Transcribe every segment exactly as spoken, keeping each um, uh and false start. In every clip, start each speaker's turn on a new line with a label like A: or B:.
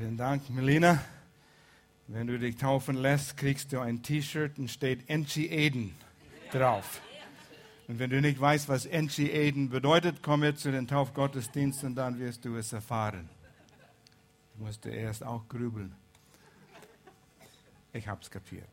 A: Vielen Dank, Melina. Wenn du dich taufen lässt, kriegst du ein T-Shirt und steht Enchi Eden drauf. Und wenn du nicht weißt, was Enchi Eden bedeutet, komm jetzt zu den Taufgottesdiensten, dann wirst du es erfahren. Du musst erst auch grübeln. Ich habe es kapiert.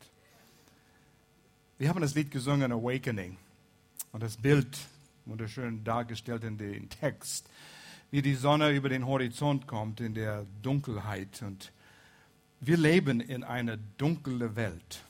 A: Wir haben das Lied gesungen, Awakening. Und das Bild, wunderschön dargestellt in den Text, wie die Sonne über den Horizont kommt in der Dunkelheit. Und wir leben in einer dunklen Welt.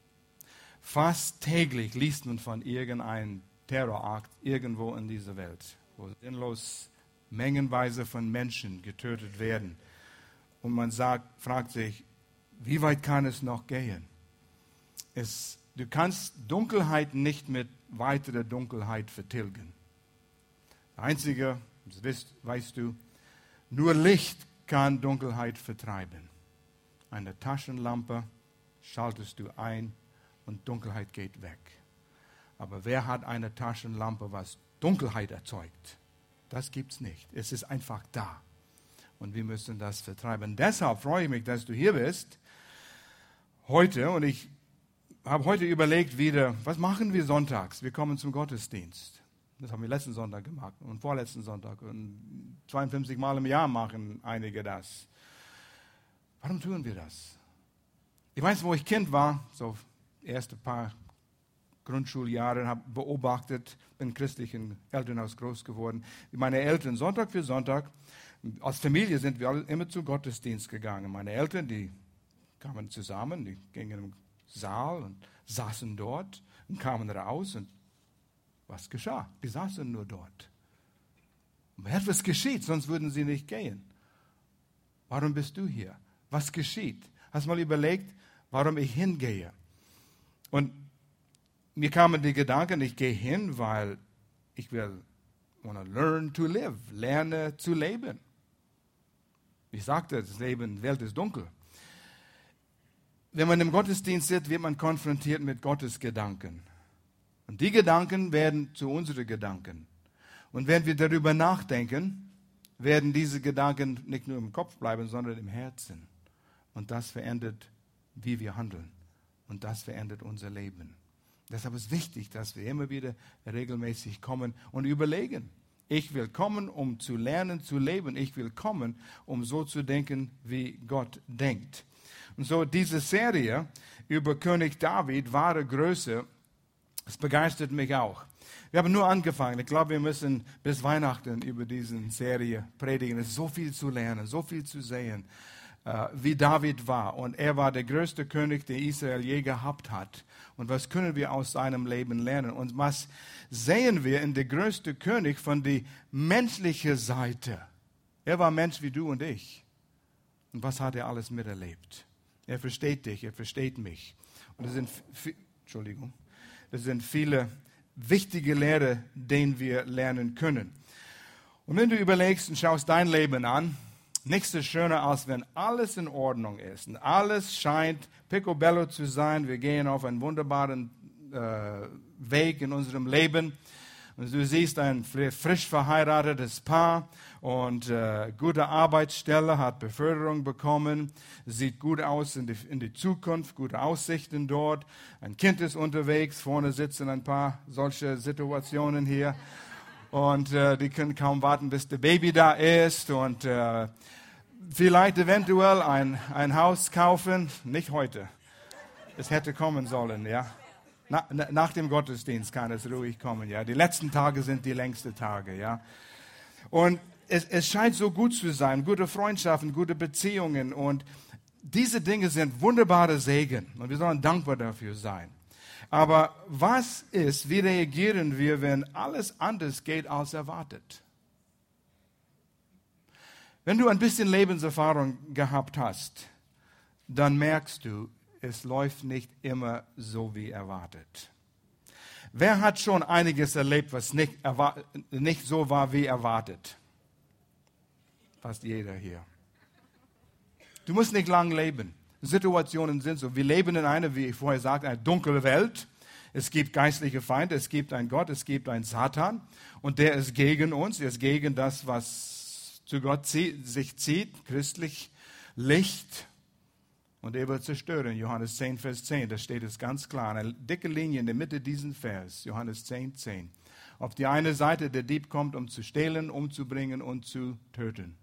A: Fast täglich liest man von irgendeinem Terrorakt irgendwo in dieser Welt, wo sinnlos mengenweise von Menschen getötet werden. Und man sagt, fragt sich, wie weit kann es noch gehen? Es, du kannst Dunkelheit nicht mit weiterer Dunkelheit vertilgen. Das Einzige, das weißt, weißt du, nur Licht kann Dunkelheit vertreiben. Eine Taschenlampe schaltest du ein und Dunkelheit geht weg. Aber wer hat eine Taschenlampe, was Dunkelheit erzeugt? Das gibt es nicht. Es ist einfach da. Und wir müssen das vertreiben. Deshalb freue ich mich, dass du hier bist heute. Und ich habe heute überlegt wieder, was machen wir sonntags? Wir kommen zum Gottesdienst. Das haben wir letzten Sonntag gemacht und vorletzten Sonntag. Und zweiundfünfzig Mal im Jahr machen einige das. Warum tun wir das? Ich weiß, wo ich Kind war, so erste paar Grundschuljahre, habe beobachtet, bin in christlichen Elternhaus groß geworden. Meine Eltern, Sonntag für Sonntag, als Familie sind wir alle immer zum Gottesdienst gegangen. Meine Eltern, die kamen zusammen, die gingen im Saal und saßen dort und kamen raus und was geschah? Die saßen nur dort. Aber etwas geschieht, sonst würden sie nicht gehen. Warum bist du hier? Was geschieht? Hast du mal überlegt, warum ich hingehe? Und mir kamen die Gedanken, ich gehe hin, weil ich will wanna learn to live, lerne zu leben. Ich sagte, das Leben, die Welt ist dunkel. Wenn man im Gottesdienst sitzt, wird man konfrontiert mit Gottes Gedanken. Und die Gedanken werden zu unseren Gedanken. Und wenn wir darüber nachdenken, werden diese Gedanken nicht nur im Kopf bleiben, sondern im Herzen. Und das verändert, wie wir handeln. Und das verändert unser Leben. Deshalb ist wichtig, dass wir immer wieder regelmäßig kommen und überlegen. Ich will kommen, um zu lernen, zu leben. Ich will kommen, um so zu denken, wie Gott denkt. Und so diese Serie über König David, wahre Größe, das begeistert mich auch. Wir haben nur angefangen. Ich glaube, wir müssen bis Weihnachten über diese Serie predigen. Es ist so viel zu lernen, so viel zu sehen, äh, wie David war. Und er war der größte König, den Israel je gehabt hat. Und was können wir aus seinem Leben lernen? Und was sehen wir in der größten König von der menschlichen Seite? Er war Mensch wie du und ich. Und was hat er alles miterlebt? Er versteht dich, er versteht mich. Und es sind, Entschuldigung. Das sind viele wichtige Lehren, denen wir lernen können. Und wenn du überlegst und schaust dein Leben an, nichts ist schöner, als wenn alles in Ordnung ist. Und alles scheint picobello zu sein. Wir gehen auf einen wunderbaren äh, Weg in unserem Leben. Und du siehst ein frisch verheiratetes Paar und äh, gute Arbeitsstelle, hat Beförderung bekommen, sieht gut aus in die, in die Zukunft, gute Aussichten dort. Ein Kind ist unterwegs, vorne sitzen ein paar solche Situationen hier. Und äh, die können kaum warten, bis der Baby da ist. Und äh, vielleicht eventuell ein, ein Haus kaufen. Nicht heute. Es hätte kommen sollen, ja. Na, nach dem Gottesdienst kann es ruhig kommen, ja. Die letzten Tage sind die längsten Tage, ja. Und es, es scheint so gut zu sein, gute Freundschaften, gute Beziehungen. Und diese Dinge sind wunderbare Segen. Und wir sollen dankbar dafür sein. Aber was ist, wie reagieren wir, wenn alles anders geht als erwartet? Wenn du ein bisschen Lebenserfahrung gehabt hast, dann merkst du, es läuft nicht immer so wie erwartet. Wer hat schon einiges erlebt, was nicht, nicht so war wie erwartet? Fast jeder hier. Du musst nicht lang leben. Situationen sind so. Wir leben in einer, wie ich vorher sagte, eine dunkle Welt. Es gibt geistliche Feinde, es gibt einen Gott, es gibt einen Satan. Und der ist gegen uns, er ist gegen das, was zu Gott zieht, sich zieht, christlich Licht und er wird zerstören. Johannes zehn, Vers zehn, da steht es ganz klar. Eine dicke Linie in der Mitte diesen Vers, Johannes zehn, zehn. Auf die eine Seite, der Dieb kommt, um zu stehlen, umzubringen und zu töten.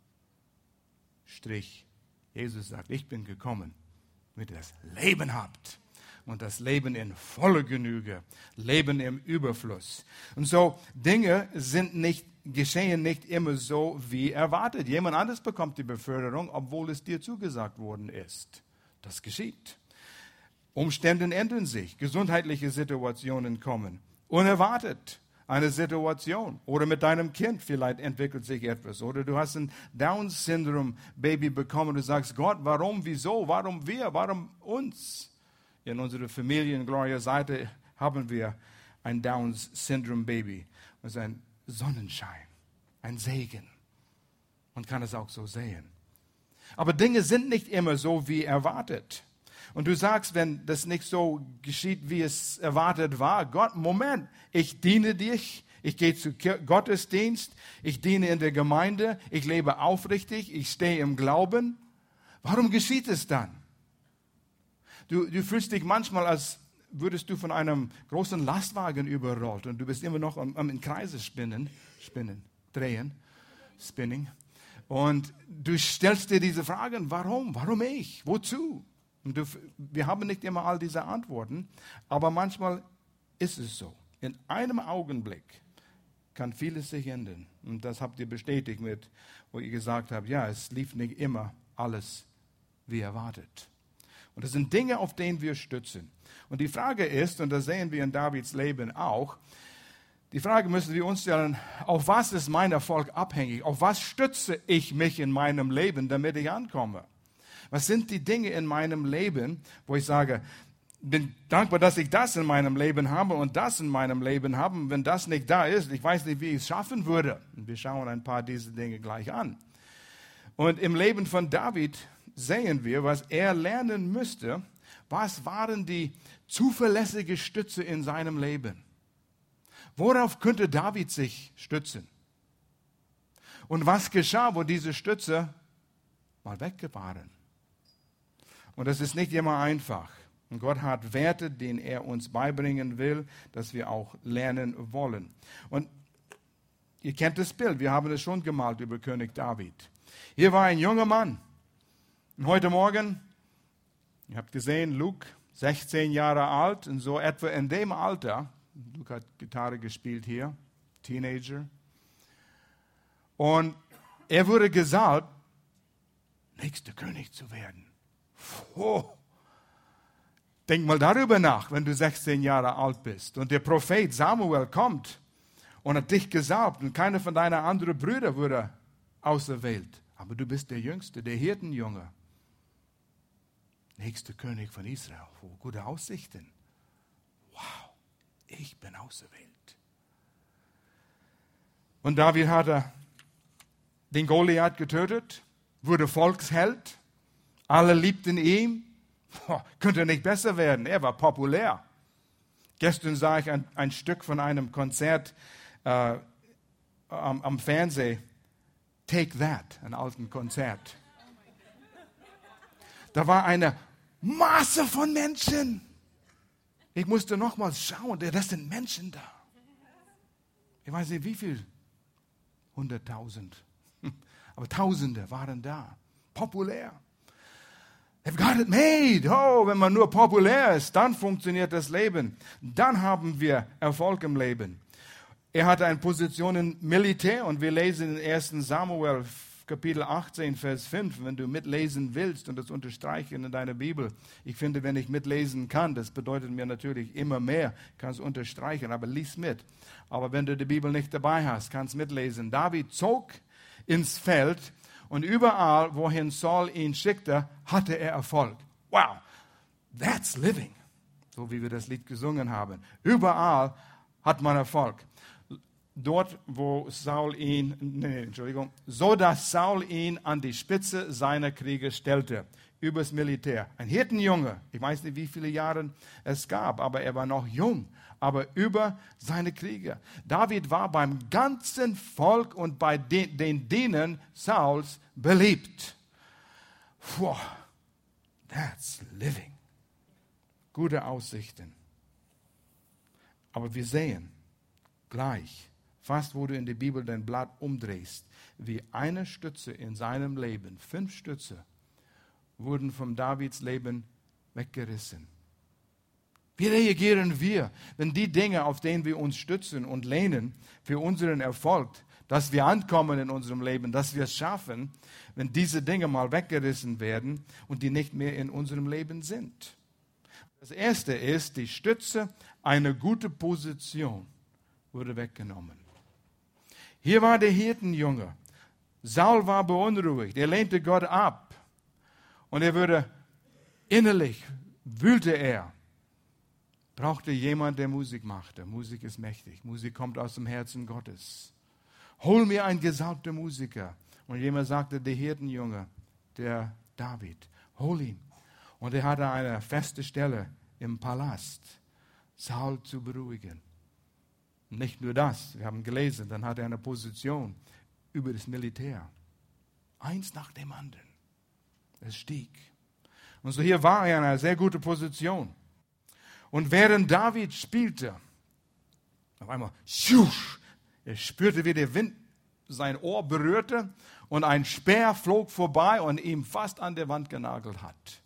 A: Strich. Jesus sagt, ich bin gekommen, damit ihr das Leben habt. Und das Leben in voller Genüge. Leben im Überfluss. Und so, Dinge sind nicht, geschehen nicht immer so, wie erwartet. Jemand anderes bekommt die Beförderung, obwohl es dir zugesagt worden ist. Das geschieht. Umstände ändern sich. Gesundheitliche Situationen kommen. Unerwartet. Eine Situation. Oder mit deinem Kind vielleicht entwickelt sich etwas. Oder du hast ein Down-Syndrom-Baby bekommen und du sagst, Gott, warum, wieso, warum wir, warum uns? In unserer Familie in Gloria-Seite haben wir ein Down-Syndrom-Baby. Das ist ein Sonnenschein, ein Segen. Man kann es auch so sehen. Aber Dinge sind nicht immer so, wie erwartet. Und du sagst, wenn das nicht so geschieht, wie es erwartet war, Gott, Moment, ich diene dich, ich gehe zu Gottesdienst, ich diene in der Gemeinde, ich lebe aufrichtig, ich stehe im Glauben. Warum geschieht es dann? Du, du fühlst dich manchmal, als würdest du von einem großen Lastwagen überrollt und du bist immer noch am, am in Kreise spinnen, spinnen, drehen, spinning. Und du stellst dir diese Fragen, warum, warum ich, wozu? Und du, wir haben nicht immer all diese Antworten, aber manchmal ist es so. In einem Augenblick kann vieles sich ändern. Und das habt ihr bestätigt mit, wo ihr gesagt habt, ja, es lief nicht immer alles wie erwartet. Und das sind Dinge, auf denen wir stützen. Und die Frage ist, und das sehen wir in Davids Leben auch, die Frage müssen wir uns stellen, auf was ist mein Erfolg abhängig? Auf was stütze ich mich in meinem Leben, damit ich ankomme? Was sind die Dinge in meinem Leben, wo ich sage, bin dankbar, dass ich das in meinem Leben habe und das in meinem Leben habe. Und wenn das nicht da ist, ich weiß nicht, wie ich es schaffen würde. Und wir schauen ein paar dieser Dinge gleich an. Und im Leben von David sehen wir, was er lernen müsste. Was waren die zuverlässige Stütze in seinem Leben? Worauf könnte David sich stützen? Und was geschah, wo diese Stütze mal weg waren? Und das ist nicht immer einfach. Und Gott hat Werte, die er uns beibringen will, dass wir auch lernen wollen. Und ihr kennt das Bild, wir haben es schon gemalt über König David. Hier war ein junger Mann. Und heute Morgen, ihr habt gesehen, Luke, sechzehn Jahre alt, und so etwa in dem Alter, Luke hat Gitarre gespielt hier, Teenager, und er wurde gesalbt, nächster König zu werden. Oh. Denk mal darüber nach, wenn du sechzehn Jahre alt bist und der Prophet Samuel kommt und hat dich gesalbt und keiner von deinen anderen Brüdern wurde auserwählt. Aber du bist der Jüngste, der Hirtenjunge. Nächster König von Israel. Oh, gute Aussichten. Wow, ich bin auserwählt. Und David hat er den Goliath getötet, wurde Volksheld. Alle liebten ihn. Oh, könnte nicht besser werden. Er war populär. Gestern sah ich ein, ein Stück von einem Konzert äh, am, am Fernsehen. Take That, ein alten Konzert. Da war eine Masse von Menschen. Ich musste nochmals schauen, das sind Menschen da. Ich weiß nicht, wie viel. Hunderttausend. Aber Tausende waren da. Populär. They've got it made. Oh, wenn man nur populär ist, dann funktioniert das Leben. Dann haben wir Erfolg im Leben. Er hatte eine Position im Militär und wir lesen in ersten Samuel Kapitel achtzehn, Vers fünf, wenn du mitlesen willst und das unterstreichen in deiner Bibel. Ich finde, wenn ich mitlesen kann, das bedeutet mir natürlich immer mehr, kannst unterstreichen, aber lies mit. Aber wenn du die Bibel nicht dabei hast, kannst mitlesen. David zog ins Feld und überall, wohin Saul ihn schickte, hatte er Erfolg. Wow, that's living. So wie wir das Lied gesungen haben. Überall hat man Erfolg. Dort, wo Saul ihn, nee, Entschuldigung, so dass Saul ihn an die Spitze seiner Kriege stellte. Übers Militär. Ein Hirtenjunge. Ich weiß nicht, wie viele Jahre es gab, aber er war noch jung. Aber über seine Kriege. David war beim ganzen Volk und bei den, den Dienern Sauls beliebt. Puh, that's living. Gute Aussichten. Aber wir sehen gleich, fast wo du in der Bibel dein Blatt umdrehst, wie eine Stütze in seinem Leben, fünf Stütze, wurden von Davids Leben weggerissen. Wie reagieren wir, wenn die Dinge, auf denen wir uns stützen und lehnen, für unseren Erfolg, dass wir ankommen in unserem Leben, dass wir es schaffen, wenn diese Dinge mal weggerissen werden und die nicht mehr in unserem Leben sind? Das erste ist, die Stütze, eine gute Position, wurde weggenommen. Hier war der Hirtenjunge. Saul war beunruhigt. Er lehnte Gott ab. Und er würde innerlich, wühlte er. Brauchte jemand, der Musik machte. Musik ist mächtig. Musik kommt aus dem Herzen Gottes. Hol mir einen gesalbten Musiker. Und jemand sagte, der Hirtenjunge, der David, hol ihn. Und er hatte eine feste Stelle im Palast, Saul zu beruhigen. Nicht nur das, wir haben gelesen, dann hat er eine Position über das Militär. Eins nach dem anderen. Es stieg. Und so hier war er in einer sehr guten Position. Und während David spielte, auf einmal, schusch, er spürte, wie der Wind sein Ohr berührte und ein Speer flog vorbei und ihm fast an der Wand genagelt hat.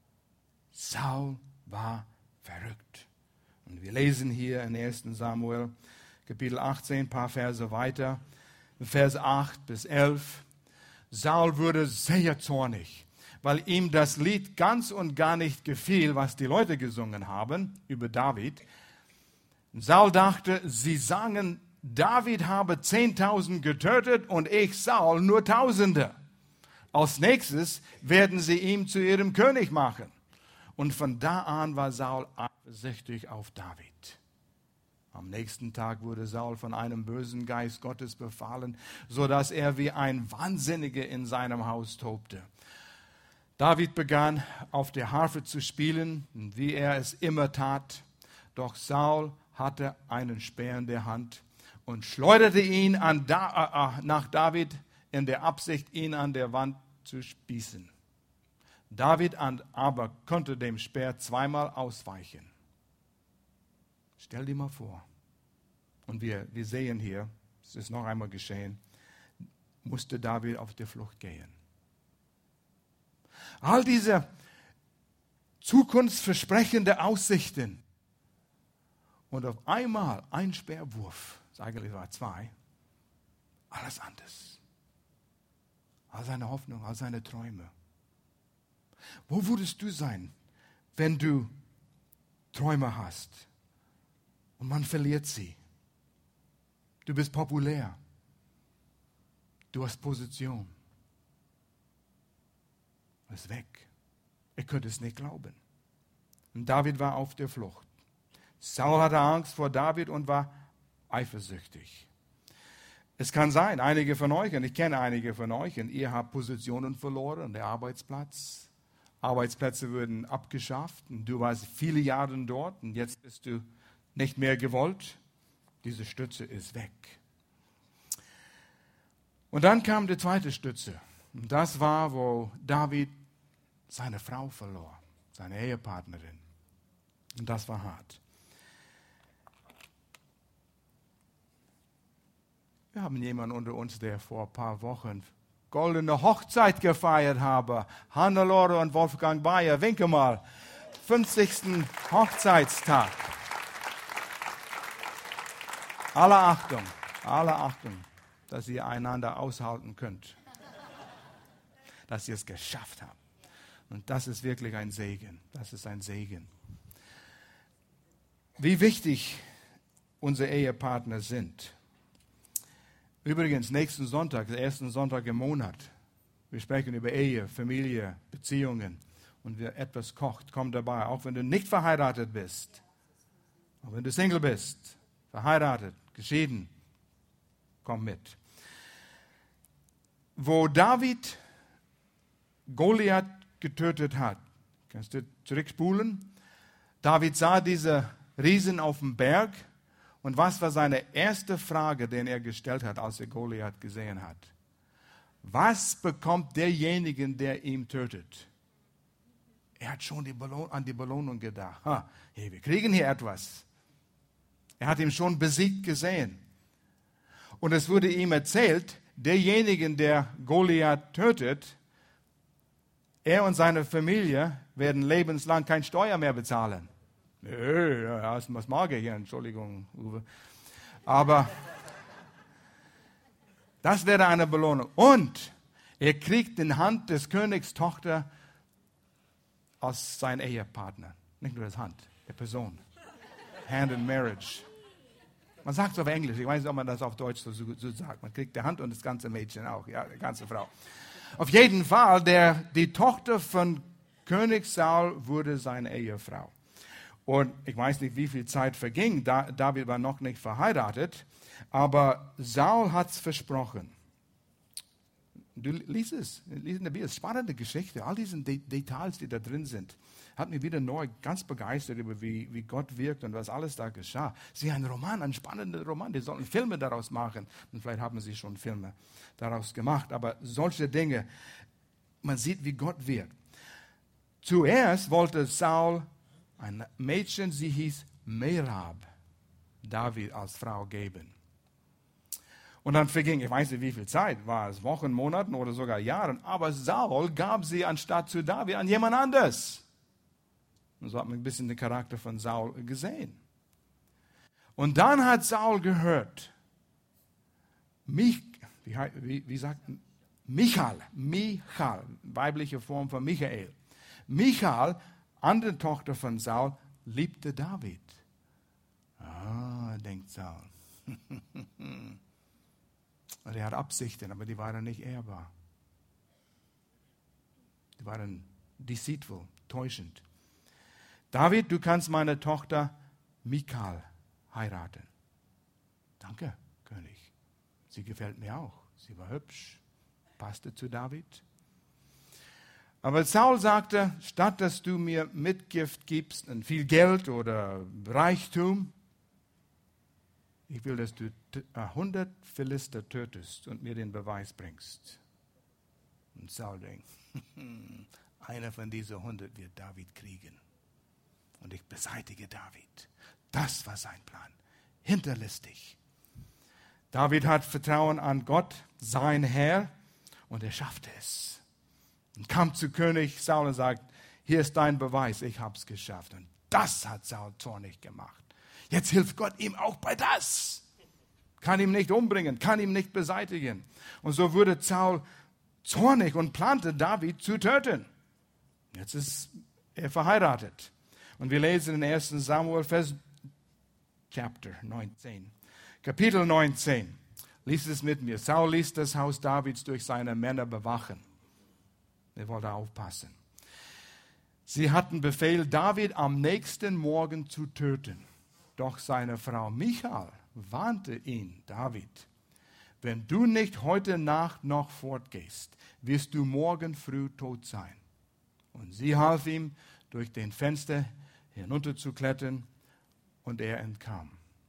A: Saul war verrückt. Und wir lesen hier in ersten Samuel, Kapitel achtzehn, ein paar Verse weiter, Vers acht bis elf. Saul wurde sehr zornig, weil ihm das Lied ganz und gar nicht gefiel, was die Leute gesungen haben über David. Saul dachte, sie sangen, David habe zehntausend getötet und ich, Saul, nur Tausende. Als nächstes werden sie ihn zu ihrem König machen. Und von da an war Saul eifersüchtig auf David. Am nächsten Tag wurde Saul von einem bösen Geist Gottes befallen, sodass er wie ein Wahnsinniger in seinem Haus tobte. David begann auf der Harfe zu spielen, wie er es immer tat. Doch Saul hatte einen Speer in der Hand und schleuderte ihn an da, äh, nach David in der Absicht, ihn an der Wand zu spießen. David aber konnte dem Speer zweimal ausweichen. Stell dir mal vor. Und wir, wir sehen hier, es ist noch einmal geschehen, musste David auf die Flucht gehen. All diese zukunftsversprechende Aussichten und auf einmal ein Speerwurf, eigentlich war zwei, alles anders. All seine Hoffnung, all seine Träume. Wo würdest du sein, wenn du Träume hast und man verliert sie? Du bist populär. Du hast Position. Es ist weg. Er könnte es nicht glauben. Und David war auf der Flucht. Saul hatte Angst vor David und war eifersüchtig. Es kann sein, einige von euch, und ich kenne einige von euch, und ihr habt Positionen verloren, der Arbeitsplatz. Arbeitsplätze wurden abgeschafft und du warst viele Jahre dort und jetzt bist du nicht mehr gewollt. Diese Stütze ist weg. Und dann kam die zweite Stütze. Und das war, wo David seine Frau verlor, seine Ehepartnerin. Und das war hart. Wir haben jemanden unter uns, der vor ein paar Wochen goldene Hochzeit gefeiert habe. Hannelore und Wolfgang Bayer, winke mal. fünfzigsten Hochzeitstag. Alle Achtung, alle Achtung, dass ihr einander aushalten könnt. Dass ihr es geschafft habt. Und das ist wirklich ein Segen. Das ist ein Segen. Wie wichtig unsere Ehepartner sind. Übrigens, nächsten Sonntag, der ersten Sonntag im Monat, wir sprechen über Ehe, Familie, Beziehungen und wer etwas kocht, kommt dabei, auch wenn du nicht verheiratet bist, auch wenn du Single bist, verheiratet, geschieden, komm mit. Wo David Goliath getötet hat, kannst du zurückspulen? David sah diese Riesen auf dem Berg. Und was war seine erste Frage, den er gestellt hat, als er Goliath gesehen hat? Was bekommt derjenige, der ihn tötet? Er hat schon die Belohn- an die Belohnung gedacht. Ha, hey, wir kriegen hier etwas. Er hat ihn schon besiegt gesehen. Und es wurde ihm erzählt, derjenige, der Goliath tötet, er und seine Familie werden lebenslang kein Steuer mehr bezahlen. Nö, ja, was mag er hier? Entschuldigung, Uwe. Aber das wäre eine Belohnung. Und er kriegt in Hand des Königs Tochter als sein Ehepartner. Nicht nur das Hand, der Person. Hand in Marriage. Man sagt es auf Englisch, ich weiß nicht, ob man das auf Deutsch so, so sagt. Man kriegt die Hand und das ganze Mädchen auch, ja, die ganze Frau. Auf jeden Fall, der, die Tochter von König Saul wurde seine Ehefrau. Und ich weiß nicht, wie viel Zeit verging. Da, David war noch nicht verheiratet. Aber Saul hat es versprochen. Du liest es. Lies in der Bibel. Spannende Geschichte. All diese De- Details, die da drin sind. Hat mich wieder neu ganz begeistert über wie, wie Gott wirkt und was alles da geschah. Sie ist ein Roman, ein spannender Roman. Die sollten Filme daraus machen. Und vielleicht haben sie schon Filme daraus gemacht. Aber solche Dinge, man sieht, wie Gott wirkt. Zuerst wollte Saul ein Mädchen, sie hieß Merab, David als Frau geben. Und dann verging, ich weiß nicht wie viel Zeit, war es Wochen, Monaten oder sogar Jahren, aber Saul gab sie anstatt zu David an jemand anderes. Und so hat man ein bisschen den Charakter von Saul gesehen. Und dann hat Saul gehört, Mich, wie, wie, wie sagt man, Michal, Michal, weibliche Form von Michael. Michal, andere Tochter von Saul, liebte David. Ah, denkt Saul. Und er hat Absichten, aber die waren nicht ehrbar. Die waren deceitful, täuschend. David, du kannst meine Tochter Michal heiraten. Danke, König. Sie gefällt mir auch. Sie war hübsch, passte zu David. Aber Saul sagte, statt dass du mir Mitgift gibst und viel Geld oder Reichtum, ich will, dass du hundert Philister tötest und mir den Beweis bringst. Und Saul denkt, einer von diesen hundert wird David kriegen. Und ich beseitige David. Das war sein Plan. Hinterlistig. David hat Vertrauen an Gott, sein Herr, und er schaffte es. Und kam zu König Saul und sagt, hier ist dein Beweis, ich habe es geschafft. Und das hat Saul zornig gemacht. Jetzt hilft Gott ihm auch bei das. Kann ihn nicht umbringen, kann ihn nicht beseitigen. Und so wurde Saul zornig und plante, David zu töten. Jetzt ist er verheiratet. Und wir lesen in ersten Samuel, Vers, Chapter neunzehn. Kapitel neunzehn. Lies es mit mir. Saul ließ das Haus Davids durch seine Männer bewachen. Er wollte aufpassen. Sie hatten Befehl, David am nächsten Morgen zu töten. Doch seine Frau Michal warnte ihn, David, wenn du nicht heute Nacht noch fortgehst, wirst du morgen früh tot sein. Und sie half ihm, durch den Fenster hinunterzuklettern, und er entkam.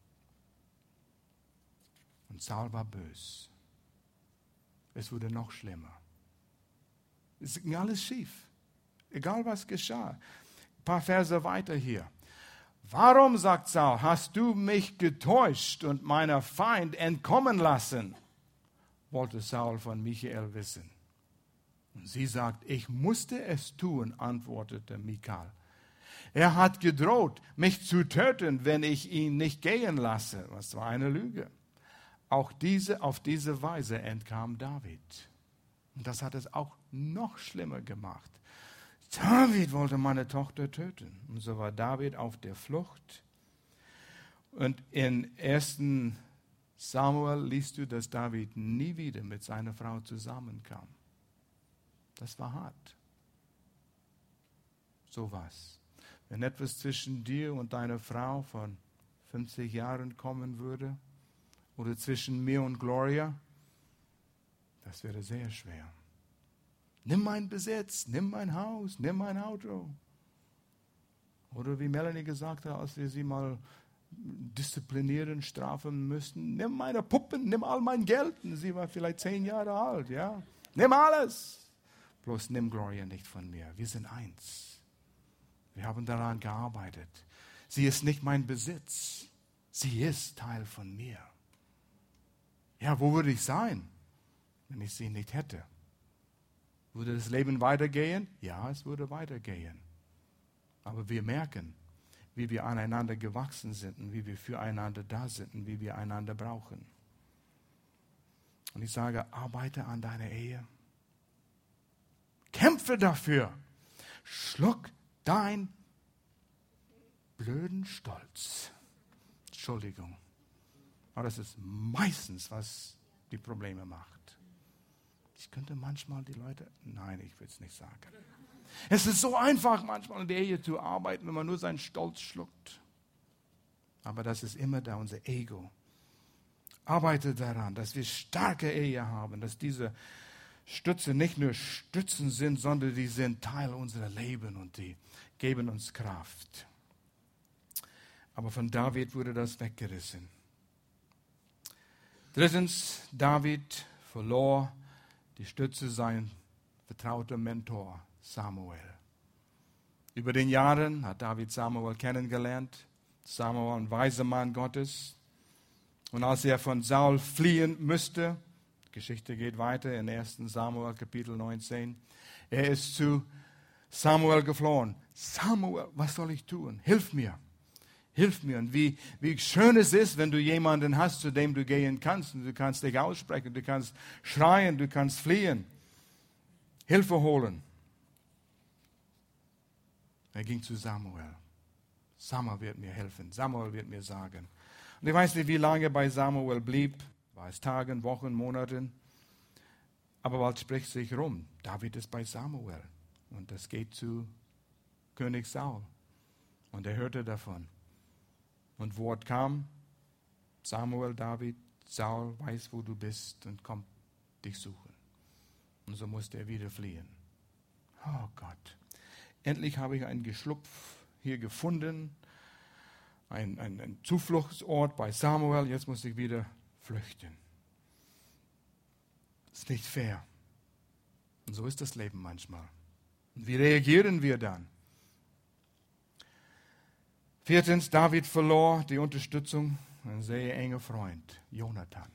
A: Und Saul war böse. Es wurde noch schlimmer. Es ging alles schief. Egal was geschah. Ein paar Verse weiter hier. Warum, sagt Saul, hast du mich getäuscht und meiner Feind entkommen lassen? Wollte Saul von Michael wissen. Und sie sagt, ich musste es tun, antwortete Michal. Er hat gedroht, mich zu töten, wenn ich ihn nicht gehen lasse. Das war eine Lüge. Auch diese, auf diese Weise entkam David. Und das hat es auch noch schlimmer gemacht. David wollte meine Tochter töten. Und so war David auf der Flucht. Und in ersten Samuel liest du, dass David nie wieder mit seiner Frau zusammenkam. Das war hart. So was. Wenn etwas zwischen dir und deiner Frau von fünfzig Jahren kommen würde, oder zwischen mir und Gloria, das wäre sehr schwer. Nimm mein Besitz, nimm mein Haus, nimm mein Auto. Oder wie Melanie gesagt hat, als wir sie mal disziplinieren, strafen müssten, nimm meine Puppen, nimm all mein Geld. Und sie war vielleicht zehn Jahre alt, ja. Nimm alles. Bloß nimm Gloria nicht von mir. Wir sind eins. Wir haben daran gearbeitet. Sie ist nicht mein Besitz. Sie ist Teil von mir. Ja, wo würde ich sein, wenn ich sie nicht hätte? Würde das Leben weitergehen? Ja, es würde weitergehen. Aber wir merken, wie wir aneinander gewachsen sind und wie wir füreinander da sind und wie wir einander brauchen. Und ich sage, arbeite an deiner Ehe. Kämpfe dafür. Schluck dein blöden Stolz. Entschuldigung. Aber das ist meistens, was die Probleme macht. Ich könnte manchmal die Leute, nein, ich will es nicht sagen. Es ist so einfach, manchmal in der Ehe zu arbeiten, wenn man nur seinen Stolz schluckt. Aber das ist immer da, unser Ego. Arbeite daran, dass wir starke Ehe haben, dass diese Stütze nicht nur Stützen sind, sondern die sind Teil unserer Leben und die geben uns Kraft. Aber von David wurde das weggerissen. Drittens, David verlor die Stütze sein vertrauter Mentor Samuel. Über den Jahren hat David Samuel kennengelernt. Samuel, ein weiser Mann Gottes. Und als er von Saul fliehen müsste, die Geschichte geht weiter in ersten Samuel Kapitel neunzehn, er ist zu Samuel geflohen. Samuel, was soll ich tun? Hilf mir. Hilf mir. Und wie, wie schön es ist, wenn du jemanden hast, zu dem du gehen kannst. Und du kannst dich aussprechen, du kannst schreien, du kannst fliehen. Hilfe holen. Er ging zu Samuel. Samuel wird mir helfen. Samuel wird mir sagen. Und ich weiß nicht, wie lange bei Samuel blieb. War es Tagen, Wochen, Monaten. Aber bald spricht sich rum. David ist bei Samuel. Und das geht zu König Saul. Und er hörte davon. Und Wort kam, Samuel, David, Saul weiß, wo du bist und kommt dich suchen. Und so musste er wieder fliehen. Oh Gott, endlich habe ich einen Geschlupf hier gefunden, ein, ein, ein Zufluchtsort bei Samuel, jetzt muss ich wieder flüchten. Das ist nicht fair. Und so ist das Leben manchmal. Und wie reagieren wir dann? Viertens, David verlor die Unterstützung ein sehr enger Freund, Jonathan.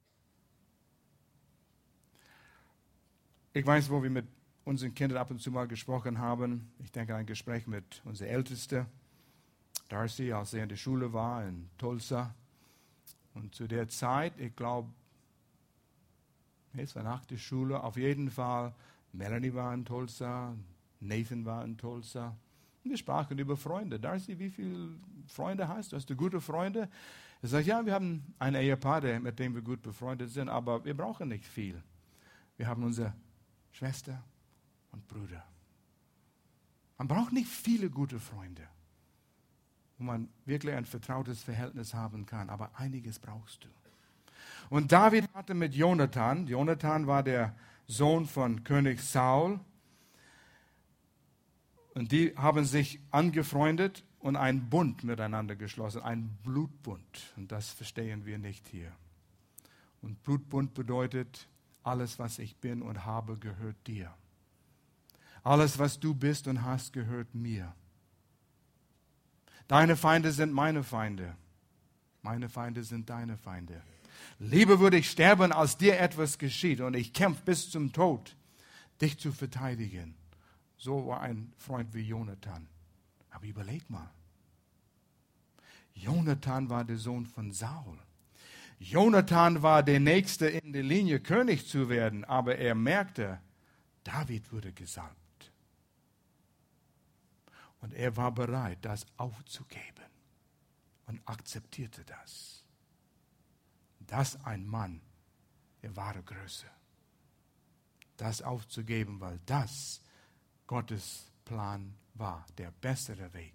A: Ich weiß, wo wir mit unseren Kindern ab und zu mal gesprochen haben. Ich denke an ein Gespräch mit unserer Ältesten, Darcy, als er in der Schule war in Tulsa. Und zu der Zeit, ich glaube, es war nach der Schule, auf jeden Fall, Melanie war in Tulsa, Nathan war in Tulsa. Und wir sprachen über Freunde. Darcy, wie viele Freunde hast du? Hast du gute Freunde? Er sagt, ja, wir haben ein Ehepaar, mit dem wir gut befreundet sind, aber wir brauchen nicht viel. Wir haben unsere Schwester und Bruder. Man braucht nicht viele gute Freunde, wo man wirklich ein vertrautes Verhältnis haben kann, aber einiges brauchst du. Und David hatte mit Jonathan, Jonathan war der Sohn von König Saul, und die haben sich angefreundet und einen Bund miteinander geschlossen, einen Blutbund. Und das verstehen wir nicht hier. Und Blutbund bedeutet, alles, was ich bin und habe, gehört dir. Alles, was du bist und hast, gehört mir. Deine Feinde sind meine Feinde. Meine Feinde sind deine Feinde. Lieber würde ich sterben, als dir etwas geschieht. Und ich kämpfe bis zum Tod, dich zu verteidigen. So war ein Freund wie Jonathan. Aber überleg mal. Jonathan war der Sohn von Saul. Jonathan war der Nächste in der Linie, König zu werden. Aber er merkte, David wurde gesalbt. Und er war bereit, das aufzugeben. Und akzeptierte das. Das ein Mann der wahre Größe. Das aufzugeben, weil das Gottes Plan war, der bessere Weg.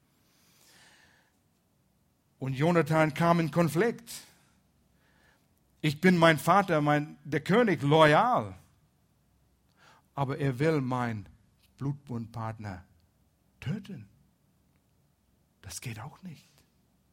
A: Und Jonathan kam in Konflikt. Ich bin mein Vater, mein, der König, loyal. Aber er will meinen Blutbundpartner töten. Das geht auch nicht.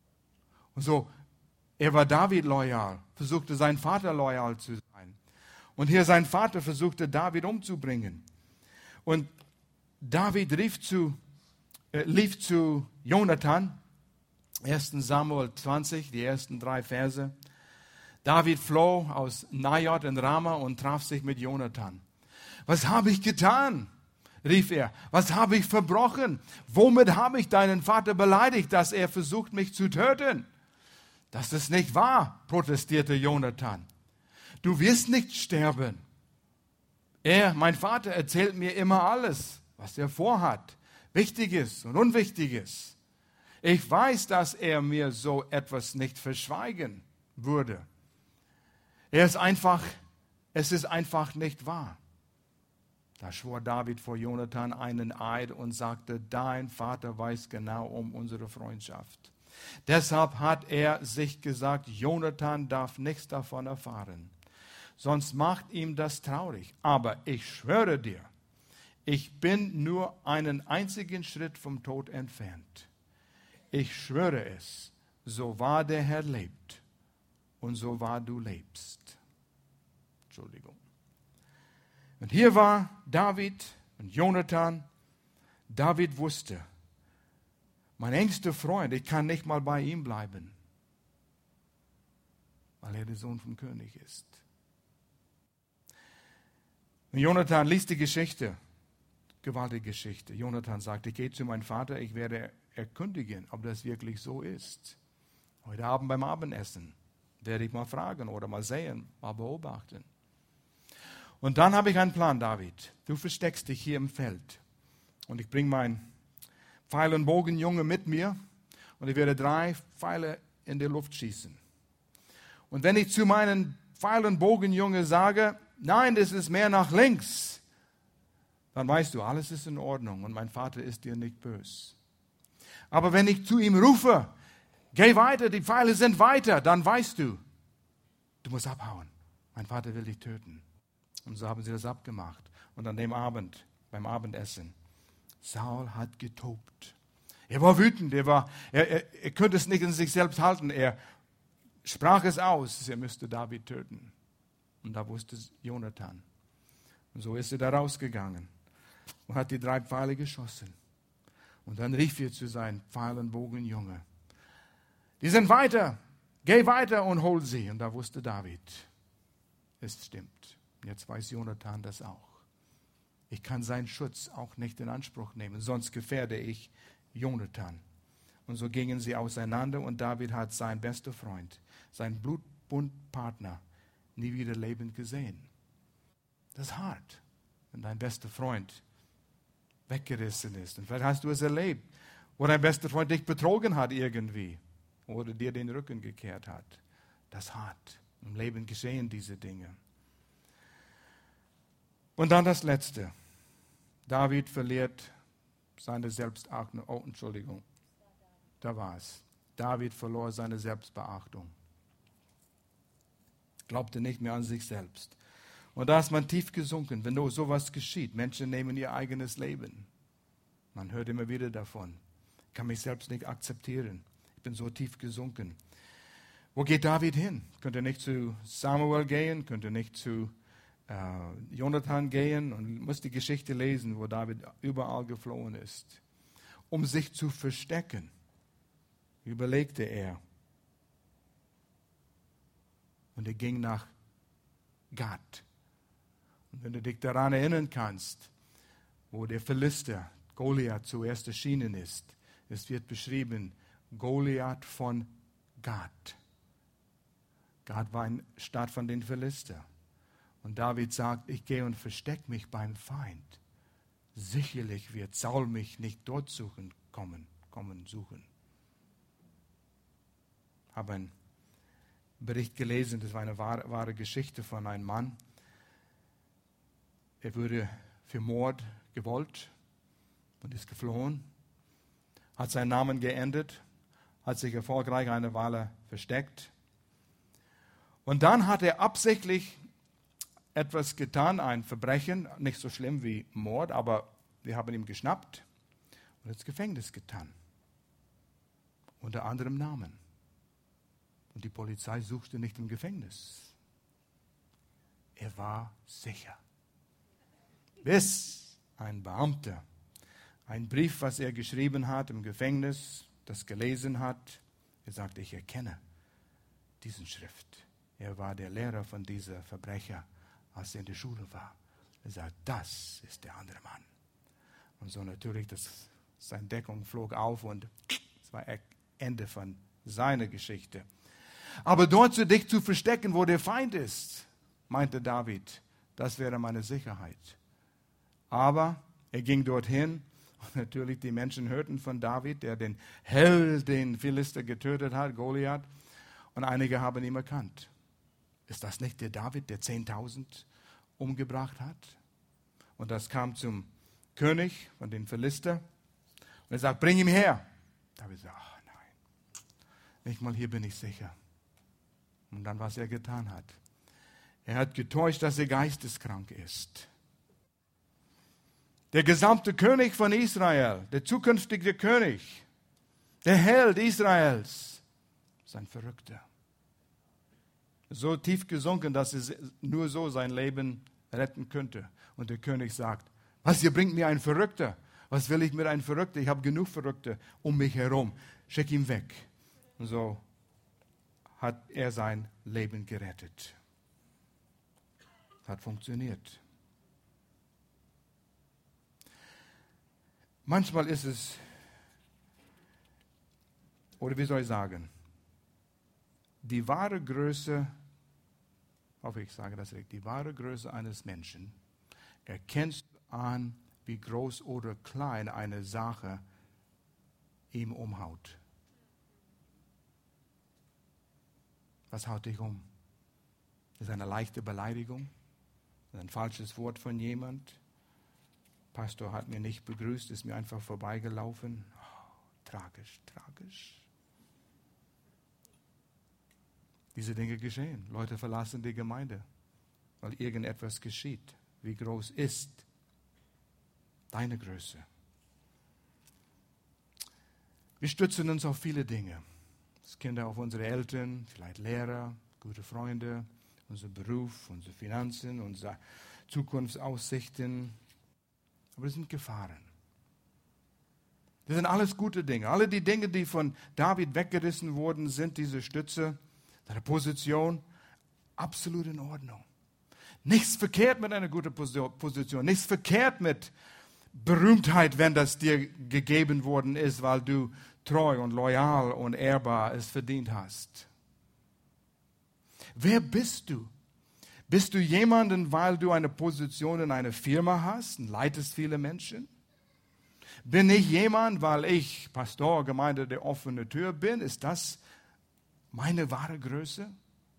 A: Und so, er war David loyal, versuchte sein Vater loyal zu sein. Und hier sein Vater versuchte, David umzubringen. Und David rief zu, äh, lief zu Jonathan, erster Samuel zwanzig, die ersten drei Verse. David floh aus Najot in Rama und traf sich mit Jonathan. Was habe ich getan? Rief er. Was habe ich verbrochen? Womit habe ich deinen Vater beleidigt, dass er versucht, mich zu töten? Das ist nicht wahr, protestierte Jonathan. Du wirst nicht sterben. Er, mein Vater, erzählt mir immer alles, was er vorhat, Wichtiges und Unwichtiges. Ich weiß, dass er mir so etwas nicht verschweigen würde. Er ist einfach, es ist einfach nicht wahr. Da schwor David vor Jonathan einen Eid und sagte, dein Vater weiß genau um unsere Freundschaft. Deshalb hat er sich gesagt, Jonathan darf nichts davon erfahren. Sonst macht ihm das traurig. Aber ich schwöre dir, ich bin nur einen einzigen Schritt vom Tod entfernt. Ich schwöre es, so wahr der Herr lebt und so wahr du lebst. Entschuldigung. Und hier war David und Jonathan. David wusste, mein engster Freund, ich kann nicht mal bei ihm bleiben, weil er der Sohn vom König ist. Und Jonathan liest die Geschichte, gewaltige Geschichte. Jonathan sagt, ich gehe zu meinem Vater, ich werde erkundigen, ob das wirklich so ist. Heute Abend beim Abendessen werde ich mal fragen oder mal sehen, mal beobachten. Und dann habe ich einen Plan, David. Du versteckst dich hier im Feld. Und ich bringe meinen Pfeil- und Bogenjunge mit mir. Und ich werde drei Pfeile in die Luft schießen. Und wenn ich zu meinen Pfeil- und Bogenjunge sage, nein, das ist mehr nach links, dann weißt du, alles ist in Ordnung und mein Vater ist dir nicht böse. Aber wenn ich zu ihm rufe, geh weiter, die Pfeile sind weiter, dann weißt du, du musst abhauen. Mein Vater will dich töten. Und so haben sie das abgemacht. Und an dem Abend, beim Abendessen, Saul hat getobt. Er war wütend, er, war, er, er, er konnte es nicht in sich selbst halten. Er sprach es aus, er müsste David töten. Und da wusste es Jonathan. Und so ist er da rausgegangen und hat die drei Pfeile geschossen. Und dann rief er zu seinem Pfeil- und Bogenjunge, die sind weiter, geh weiter und hol sie. Und da wusste David, es stimmt. Jetzt weiß Jonathan das auch. Ich kann seinen Schutz auch nicht in Anspruch nehmen, sonst gefährde ich Jonathan. Und so gingen sie auseinander und David hat seinen besten Freund, seinen Blutbundpartner, nie wieder lebend gesehen. Das ist hart, wenn dein bester Freund weggerissen ist. Und vielleicht hast du es erlebt, wo dein bester Freund dich betrogen hat irgendwie oder dir den Rücken gekehrt hat. Das ist hart. Im Leben geschehen diese Dinge. Und dann das Letzte. David verliert seine Selbstachtung. Oh, Entschuldigung. Da war es. David verlor seine Selbstbeachtung. Glaubte nicht mehr an sich selbst. Und da ist man tief gesunken, wenn sowas geschieht. Menschen nehmen ihr eigenes Leben. Man hört immer wieder davon. Ich kann mich selbst nicht akzeptieren. Ich bin so tief gesunken. Wo geht David hin? Könnte nicht zu Samuel gehen, könnte nicht zu Uh, Jonathan gehen und muss die Geschichte lesen, wo David überall geflohen ist. Um sich zu verstecken, überlegte er. Und er ging nach Gat. Und wenn du dich daran erinnern kannst, wo der Philister Goliath zuerst erschienen ist, es wird beschrieben, Goliath von Gat. Gat war eine Stadt von den Philistern. Und David sagt, ich gehe und verstecke mich beim Feind. Sicherlich wird Saul mich nicht dort suchen, kommen, kommen suchen. Ich habe einen Bericht gelesen, das war eine wahre, wahre Geschichte von einem Mann. Er wurde für Mord gewollt und ist geflohen, hat seinen Namen geändert, hat sich erfolgreich eine Weile versteckt. Und dann hat er absichtlich etwas getan, ein Verbrechen, nicht so schlimm wie Mord, aber wir haben ihn geschnappt und ins Gefängnis getan. Unter anderem Namen. Und die Polizei suchte nicht im Gefängnis. er war sicher. Bis ein Beamter einen Brief, was er geschrieben hat im Gefängnis, das gelesen hat, er sagte, ich erkenne diesen Schrift. Er war der Lehrer von dieser Verbrecher, als er in der Schule war. Er sagt, das ist der andere Mann. Und so natürlich, das, seine Deckung flog auf und es war Ende von seiner Geschichte. Aber dort zu dich zu verstecken, wo der Feind ist, meinte David, das wäre meine Sicherheit. Aber er ging dorthin und natürlich die Menschen hörten von David, der den Held, den Philister getötet hat, Goliath, und einige haben ihn erkannt. Ist das nicht der David, der zehntausend umgebracht hat? Und das kam zum König von den Philister und er sagt, bring ihn her. David sagt, ach nein, nicht mal hier bin ich sicher. Und dann, was er getan hat. Er hat getäuscht, dass er geisteskrank ist. Der gesamte König von Israel, der zukünftige König, der Held Israels, ist ein Verrückter. So tief gesunken, dass er nur so sein Leben retten könnte. Und der König sagt, was, ihr bringt mir einen Verrückter? Was will ich mit einem Verrückter? Ich habe genug Verrückte um mich herum. Schick ihn weg. Und so hat er sein Leben gerettet. Hat funktioniert. Manchmal ist es, oder wie soll ich sagen, die wahre Größe, hoffe ich sage das richtig, die wahre Größe eines Menschen erkennst du an, wie groß oder klein eine Sache ihm umhaut. Was haut dich um? Ist eine leichte Beleidigung? Ist ein falsches Wort von jemand? Pastor hat mir nicht begrüßt, ist mir einfach vorbeigelaufen. Oh, tragisch, tragisch. Diese Dinge geschehen. Leute verlassen die Gemeinde, weil irgendetwas geschieht. Wie groß ist deine Größe? Wir stützen uns auf viele Dinge. Als Kinder auf unsere Eltern, vielleicht Lehrer, gute Freunde, unser Beruf, unsere Finanzen, unsere Zukunftsaussichten. Aber das sind Gefahren. Das sind alles gute Dinge. Alle die Dinge, die von David weggerissen wurden, sind diese Stütze, seine Position, absolut in Ordnung. Nichts verkehrt mit einer guten Position. Nichts verkehrt mit Berühmtheit, wenn das dir gegeben worden ist, weil du treu und loyal und ehrbar es verdient hast. Wer bist du? Bist du jemanden, weil du eine Position in einer Firma hast und leitest viele Menschen? Bin ich jemand, weil ich Pastor, Gemeinde der offenen Tür bin? Ist das meine wahre Größe?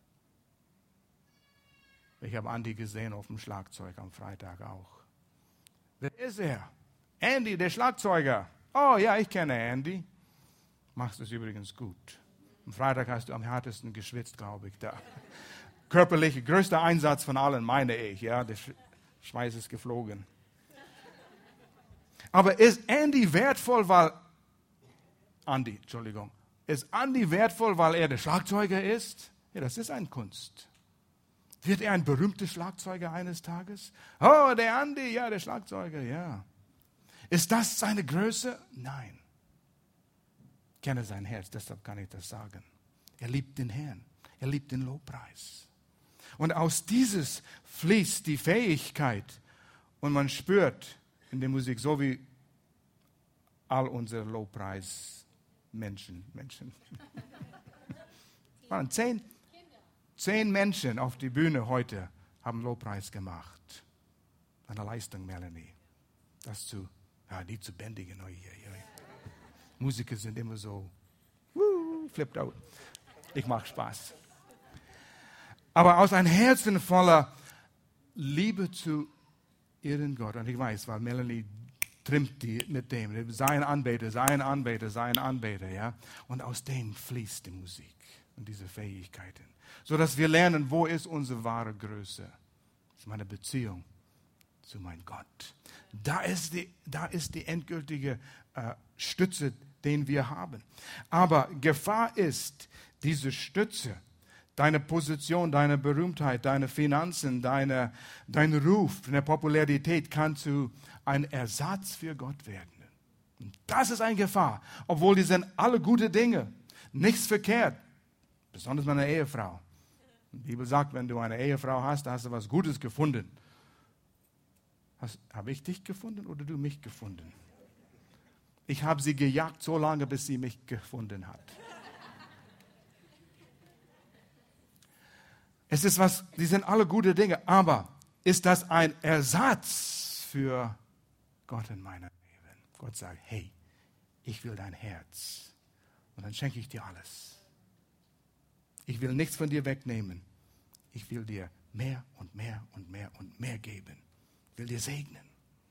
A: Ich habe Andy gesehen auf dem Schlagzeug am Freitag auch. Wer ist er? Andy, der Schlagzeuger. Oh ja, ich kenne Andy. Machst es übrigens gut. Am Freitag hast du am härtesten geschwitzt, glaube ich, da. Körperlich, größter Einsatz von allen, meine ich. Ja, der Schweiß ist geflogen. Aber ist Andy wertvoll, weil... Andy, Entschuldigung. Ist Andy wertvoll, weil er der Schlagzeuger ist? Ja, das ist eine Kunst. Wird er ein berühmter Schlagzeuger eines Tages? Oh, der Andy, ja, der Schlagzeuger, ja. Ist das seine Größe? Nein. Ich kenne sein Herz, deshalb kann ich das sagen. Er liebt den Herrn. Er liebt den Lobpreis. Und aus dieses fließt die Fähigkeit und man spürt in der Musik, so wie all unsere Lobpreismenschen, Menschen. Waren zehn, zehn Menschen auf die Bühne heute haben Lobpreis gemacht. Eine Leistung, Melanie. Das zu, ja, die zu bändigen. Oi, oi, oi. Musiker sind immer so, woo, flipped out. Ich mache Spaß. Aber aus einem Herzen voller Liebe zu ihren Gott. Und ich weiß, weil Melanie trimmt die mit dem. Sei ein Anbeter, sei ein Anbeter, sei ein Anbeter. Ja? Und aus dem fließt die Musik und diese Fähigkeiten. Sodass wir lernen, wo ist unsere wahre Größe? Das ist meine Beziehung zu meinem Gott. Da ist die, da ist die endgültige äh, Stütze, den wir haben. Aber Gefahr ist, diese Stütze deine Position, deine Berühmtheit, deine Finanzen, deine, dein Ruf, deine Popularität kann zu einem Ersatz für Gott werden. Und das ist eine Gefahr, obwohl die sind alle gute Dinge, nichts verkehrt, besonders meine Ehefrau. Die Bibel sagt, wenn du eine Ehefrau hast, da hast du was Gutes gefunden. Habe ich dich gefunden oder du mich gefunden? Ich habe sie gejagt so lange, bis sie mich gefunden hat. Es ist was, die sind alle gute Dinge, aber ist das ein Ersatz für Gott in meinem Leben? Gott sagt, hey, ich will dein Herz und dann schenke ich dir alles. Ich will nichts von dir wegnehmen. Ich will dir mehr und mehr und mehr und mehr geben. Ich will dir segnen.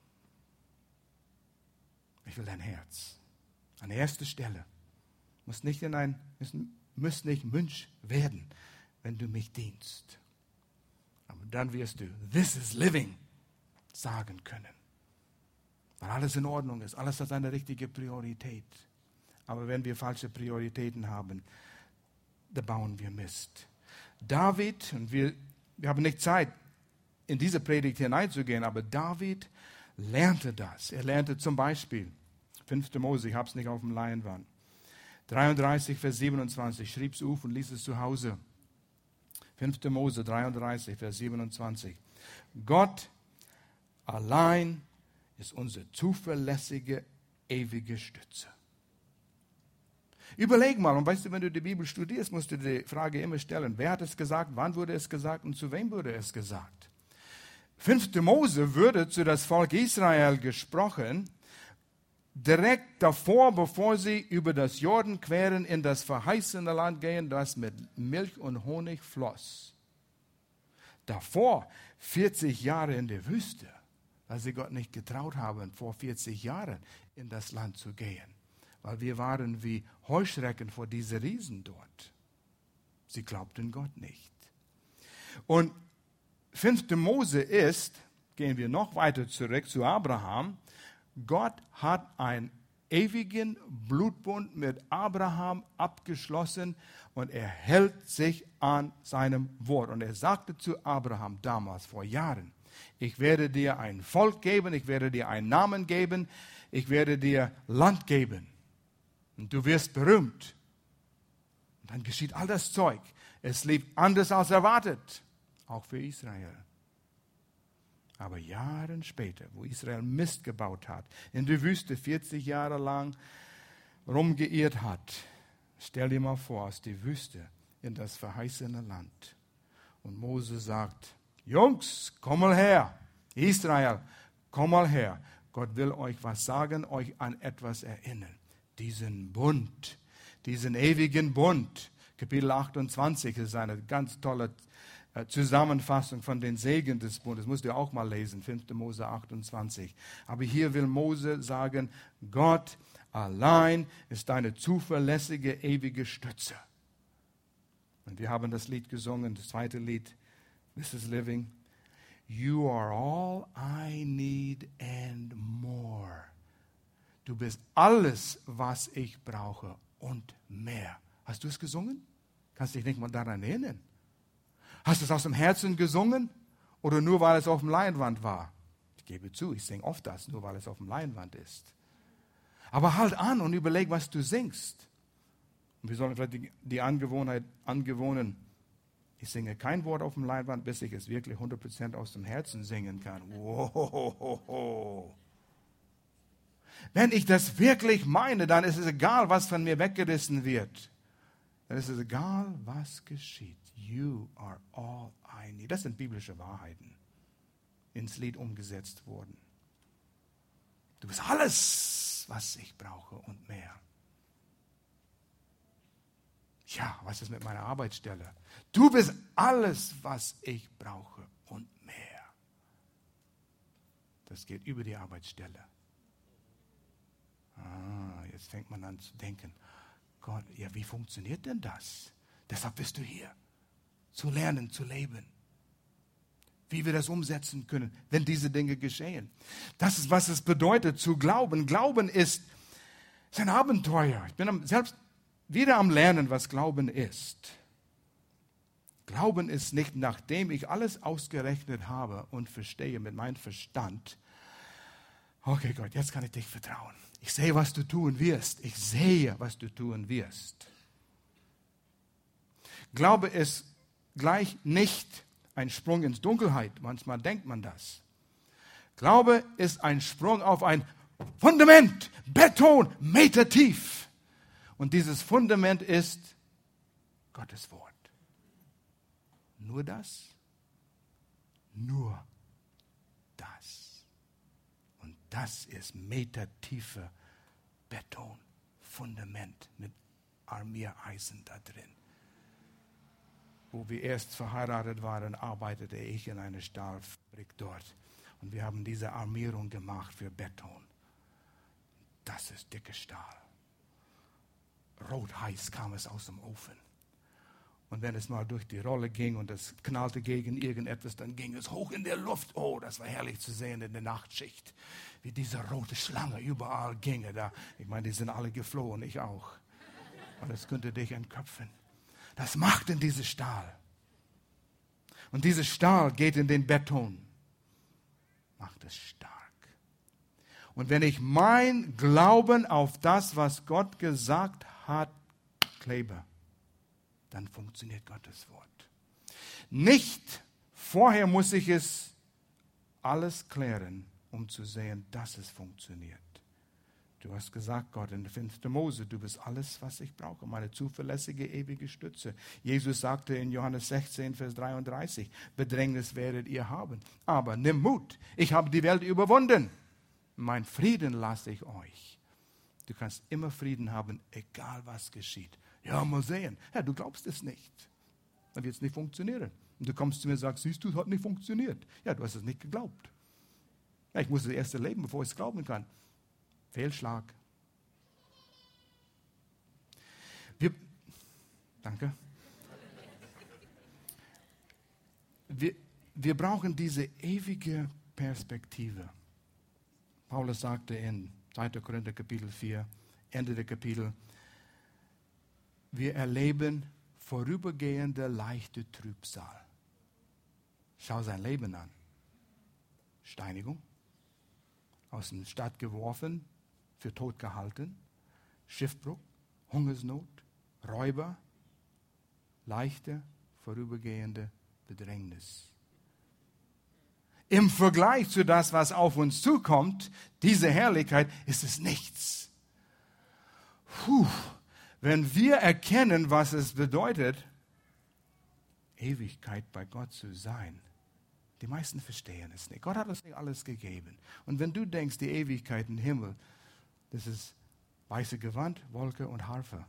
A: Ich will dein Herz. An erster Stelle. Muss nicht in ein, muss nicht Mönch werden, wenn du mich dienst. Aber dann wirst du, this is living, sagen können. Weil alles in Ordnung ist. Alles hat eine richtige Priorität. Aber wenn wir falsche Prioritäten haben, da bauen wir Mist. David, und wir, wir haben nicht Zeit, in diese Predigt hineinzugehen, aber David lernte das. Er lernte zum Beispiel, fünfter Mose, ich habe es nicht auf dem Leinwand, dreiunddreißig, Vers siebenundzwanzig, schrieb es auf und ließ es zu Hause. fünfter Mose dreiunddreißig, Vers siebenundzwanzig. Gott allein ist unsere zuverlässige, ewige Stütze. Überleg mal, und weißt du, wenn du die Bibel studierst, musst du die Frage immer stellen, wer hat es gesagt, wann wurde es gesagt und zu wem wurde es gesagt? fünfter Mose würde zu das Volk Israel gesprochen, direkt davor, bevor sie über das Jordan queren, in das verheißene Land gehen, das mit Milch und Honig floss. Davor vierzig Jahre in der Wüste, weil sie Gott nicht getraut haben, vor vierzig Jahren in das Land zu gehen. Weil wir waren wie Heuschrecken vor diesen Riesen dort. Sie glaubten Gott nicht. Und fünfter Mose ist, gehen wir noch weiter zurück zu Abraham, Gott hat einen ewigen Blutbund mit Abraham abgeschlossen und er hält sich an seinem Wort. Und er sagte zu Abraham damals, vor Jahren, ich werde dir ein Volk geben, ich werde dir einen Namen geben, ich werde dir Land geben. Und du wirst berühmt. Und dann geschieht all das Zeug. Es lief anders als erwartet, auch für Israel. Aber Jahre später, wo Israel Mist gebaut hat, in der Wüste vierzig Jahre lang rumgeirrt hat, stell dir mal vor, aus der Wüste in das verheißene Land. Und Mose sagt, Jungs, komm mal her. Israel, komm mal her. Gott will euch was sagen, euch an etwas erinnern. Diesen Bund, diesen ewigen Bund. Kapitel achtundzwanzig ist eine ganz tolle Zusammenfassung von den Segen des Bundes. Das musst du auch mal lesen, fünfter Mose achtundzwanzig. Aber hier will Mose sagen, Gott allein ist deine zuverlässige, ewige Stütze. Und wir haben das Lied gesungen, das zweite Lied, This is Living. You are all I need and more. Du bist alles, was ich brauche und mehr. Hast du es gesungen? Kannst dich nicht mal daran erinnern. Hast du es aus dem Herzen gesungen oder nur, weil es auf dem Leinwand war? Ich gebe zu, ich singe oft das, nur weil es auf dem Leinwand ist. Aber halt an und überleg, was du singst. Und wir sollen vielleicht die, die Angewohnheit angewohnen, ich singe kein Wort auf dem Leinwand, bis ich es wirklich hundert Prozent aus dem Herzen singen kann. Wow. Wenn ich das wirklich meine, dann ist es egal, was von mir weggerissen wird. Dann ist es egal, was geschieht. You are all I need. Das sind biblische Wahrheiten, ins Lied umgesetzt worden. Du bist alles, was ich brauche und mehr. Ja, was ist mit meiner Arbeitsstelle? Du bist alles, was ich brauche und mehr. Das geht über die Arbeitsstelle. Ah, jetzt fängt man an zu denken, Gott, ja, wie funktioniert denn das? Deshalb bist du hier, zu lernen, zu leben. Wie wir das umsetzen können, wenn diese Dinge geschehen. Das ist, was es bedeutet, zu glauben. Glauben ist, ist ein Abenteuer. Ich bin am, selbst wieder am Lernen, was Glauben ist. Glauben ist nicht, nachdem ich alles ausgerechnet habe und verstehe mit meinem Verstand, okay Gott, jetzt kann ich dich vertrauen. Ich sehe, was du tun wirst. Ich sehe, was du tun wirst. Glaube ist gleich nicht ein Sprung ins Dunkelheit. Manchmal denkt man das. Glaube ist ein Sprung auf ein Fundament, Beton, Meter tief. Und dieses Fundament ist Gottes Wort. Nur das? Nur das. Und das ist metertiefe Beton, Fundament mit Armiereisen da drin. Wo wir erst verheiratet waren, arbeitete ich in einer Stahlfabrik dort. Und wir haben diese Armierung gemacht für Beton. Das ist dicker Stahl. Rotheiß kam es aus dem Ofen. Und wenn es mal durch die Rolle ging und es knallte gegen irgendetwas, dann ging es hoch in der Luft. Oh, das war herrlich zu sehen in der Nachtschicht, wie diese rote Schlange überall ginge. Da, ich meine, die sind alle geflohen, ich auch. Und es könnte dich entköpfen. Das macht in diese Stahl. Und dieser Stahl geht in den Beton. Macht es stark. Und wenn ich mein Glauben auf das, was Gott gesagt hat, klebe, dann funktioniert Gottes Wort. Nicht vorher muss ich es alles klären, um zu sehen, dass es funktioniert. Du hast gesagt, Gott, in fünften Mose, du bist alles, was ich brauche, meine zuverlässige, ewige Stütze. Jesus sagte in Johannes sechzehn, Vers dreiunddreißig, Bedrängnis werdet ihr haben, aber nimm Mut, ich habe die Welt überwunden. Mein Frieden lasse ich euch. Du kannst immer Frieden haben, egal was geschieht. Ja, mal sehen. Ja, du glaubst es nicht. Dann wird es nicht funktionieren. Und du kommst zu mir und sagst, siehst du, es hat nicht funktioniert. Ja, du hast es nicht geglaubt. Ja, ich muss es erst erleben, bevor ich es glauben kann. Fehlschlag. Wir, danke. Wir, wir brauchen diese ewige Perspektive. Paulus sagte in zweiter Korinther Kapitel vier, Ende der Kapitel, wir erleben vorübergehende leichte Trübsal. Schau sein Leben an. Steinigung, aus der Stadt geworfen, für tot gehalten, Schiffbruch, Hungersnot, Räuber, leichte vorübergehende Bedrängnis. Im Vergleich zu das, was auf uns zukommt, diese Herrlichkeit, ist es nichts. Puh. Wenn wir erkennen, was es bedeutet, Ewigkeit bei Gott zu sein, die meisten verstehen es nicht. Gott hat uns nicht alles gegeben. Und wenn du denkst, die Ewigkeit im Himmel, das ist weiße Gewand, Wolke und Harfe.